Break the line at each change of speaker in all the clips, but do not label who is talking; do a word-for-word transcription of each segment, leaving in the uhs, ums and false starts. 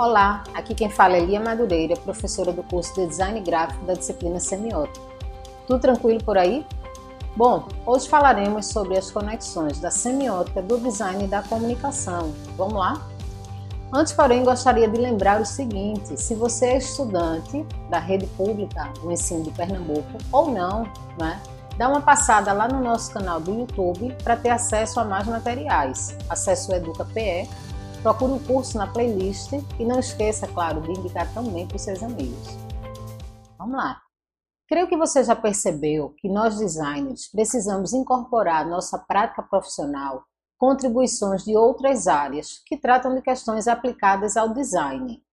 Olá, aqui quem fala é Lia Madureira, professora do curso de Design Gráfico da disciplina Semiótica. Tudo tranquilo por aí? Bom, hoje falaremos sobre as conexões da semiótica, do design e da comunicação. Vamos lá? Antes, porém, gostaria de lembrar o seguinte: se você é estudante da rede pública do ensino de Pernambuco ou não, né, dá uma passada lá no nosso canal do YouTube para ter acesso a mais materiais. Acesse o EducaPE, procure um curso na playlist e não esqueça, claro, de indicar também para os seus amigos. Vamos lá! Creio que você já percebeu que nós designers precisamos incorporar à nossa prática profissional contribuições de outras áreas que tratam de questões aplicadas ao design.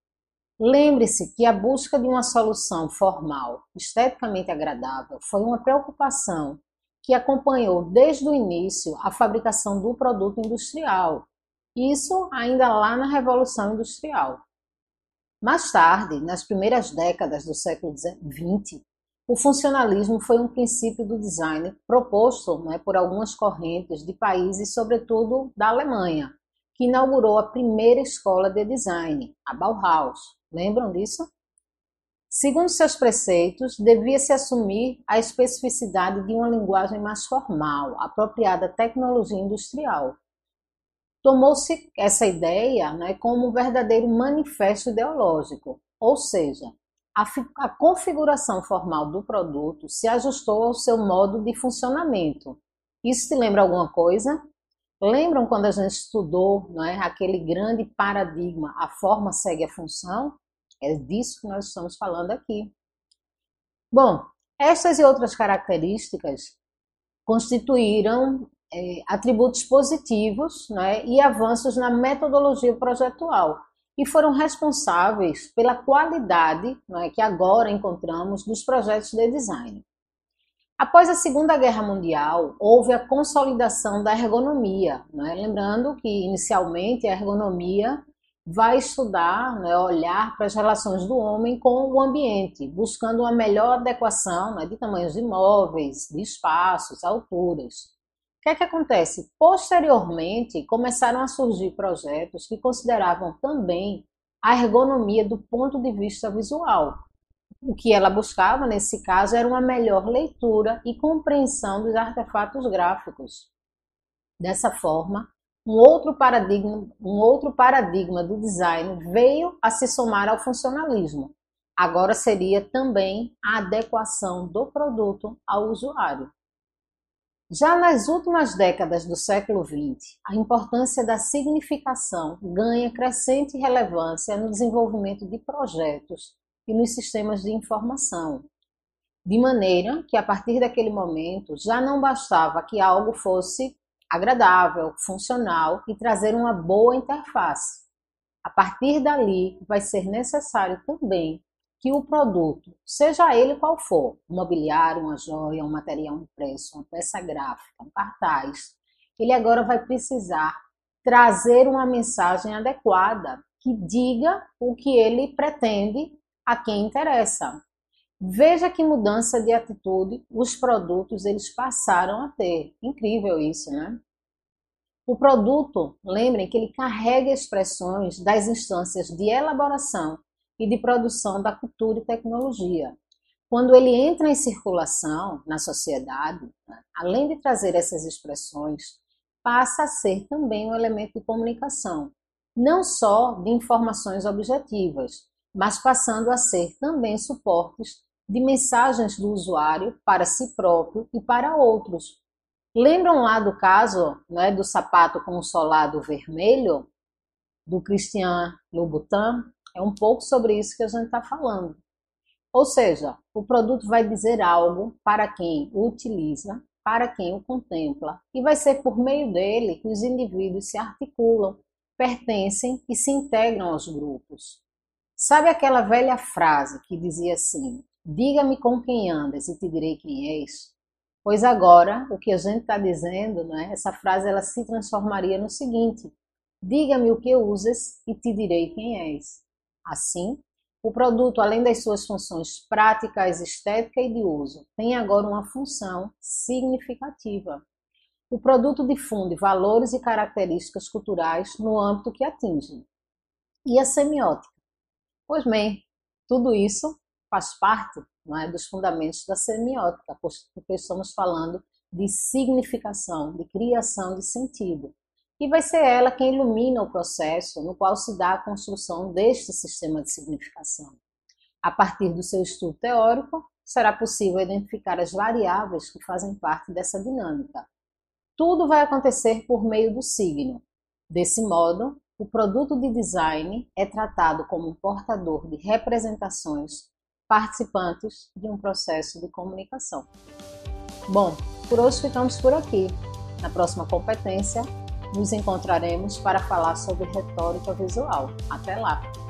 Lembre-se que a busca de uma solução formal, esteticamente agradável, foi uma preocupação que acompanhou desde o início a fabricação do produto industrial. Isso ainda lá na Revolução Industrial. Mais tarde, nas primeiras décadas do século vinte, o funcionalismo foi um princípio do design proposto, né, por algumas correntes de países, sobretudo da Alemanha, que inaugurou a primeira escola de design, a Bauhaus. Lembram disso? Segundo seus preceitos, devia-se assumir a especificidade de uma linguagem mais formal, apropriada à tecnologia industrial. Tomou-se essa ideia, né, como um verdadeiro manifesto ideológico, ou seja, a, a configuração formal do produto se ajustou ao seu modo de funcionamento. Isso te lembra alguma coisa? Lembram quando a gente estudou, né, aquele grande paradigma, a forma segue a função? É disso que nós estamos falando aqui. Bom, estas e outras características constituíram é, atributos positivos, né, e avanços na metodologia projetual, e foram responsáveis pela qualidade, né, que agora encontramos dos projetos de design. Após a Segunda Guerra Mundial, houve a consolidação da ergonomia, né, lembrando que inicialmente a ergonomia vai estudar, né, olhar para as relações do homem com o ambiente, buscando uma melhor adequação, né, de tamanhos de móveis, de espaços, alturas. O que é que acontece? Posteriormente, começaram a surgir projetos que consideravam também a ergonomia do ponto de vista visual. O que ela buscava, nesse caso, era uma melhor leitura e compreensão dos artefatos gráficos. Dessa forma, um outro paradigma, um outro paradigma do design veio a se somar ao funcionalismo. Agora seria também a adequação do produto ao usuário. Já nas últimas décadas do século vinte, a importância da significação ganha crescente relevância no desenvolvimento de projetos e nos sistemas de informação, de maneira que a partir daquele momento já não bastava que algo fosse agradável, funcional e trazer uma boa interface. A partir dali vai ser necessário também que o produto, seja ele qual for, um mobiliário, uma joia, um material impresso, uma peça gráfica, um cartaz, ele agora vai precisar trazer uma mensagem adequada que diga o que ele pretende a quem interessa. Veja que mudança de atitude os produtos eles passaram a ter. Incrível isso, né? O produto, lembrem que ele carrega expressões das instâncias de elaboração e de produção da cultura e tecnologia. Quando ele entra em circulação na sociedade, né, além de trazer essas expressões, passa a ser também um elemento de comunicação, não só de informações objetivas, mas passando a ser também suportes de mensagens do usuário para si próprio e para outros. Lembram lá do caso, né, do sapato com o solado vermelho, do Christian Louboutin? É um pouco sobre isso que a gente está falando. Ou seja, o produto vai dizer algo para quem o utiliza, para quem o contempla, e vai ser por meio dele que os indivíduos se articulam, pertencem e se integram aos grupos. Sabe aquela velha frase que dizia assim: diga-me com quem andas e te direi quem és? Pois agora, o que a gente está dizendo, né, essa frase ela se transformaria no seguinte: diga-me o que usas e te direi quem és. Assim, o produto, além das suas funções práticas, estética e de uso, tem agora uma função significativa. O produto difunde valores e características culturais no âmbito que atinge. E a semiótica? Pois bem, tudo isso faz parte, não é, dos fundamentos da semiótica, porque estamos falando de significação, de criação de sentido. E vai ser ela quem ilumina o processo no qual se dá a construção deste sistema de significação. A partir do seu estudo teórico, será possível identificar as variáveis que fazem parte dessa dinâmica. Tudo vai acontecer por meio do signo. Desse modo, o produto de design é tratado como um portador de representações participantes de um processo de comunicação. Bom, por hoje ficamos por aqui. Na próxima competência, nos encontraremos para falar sobre retórica visual. Até lá!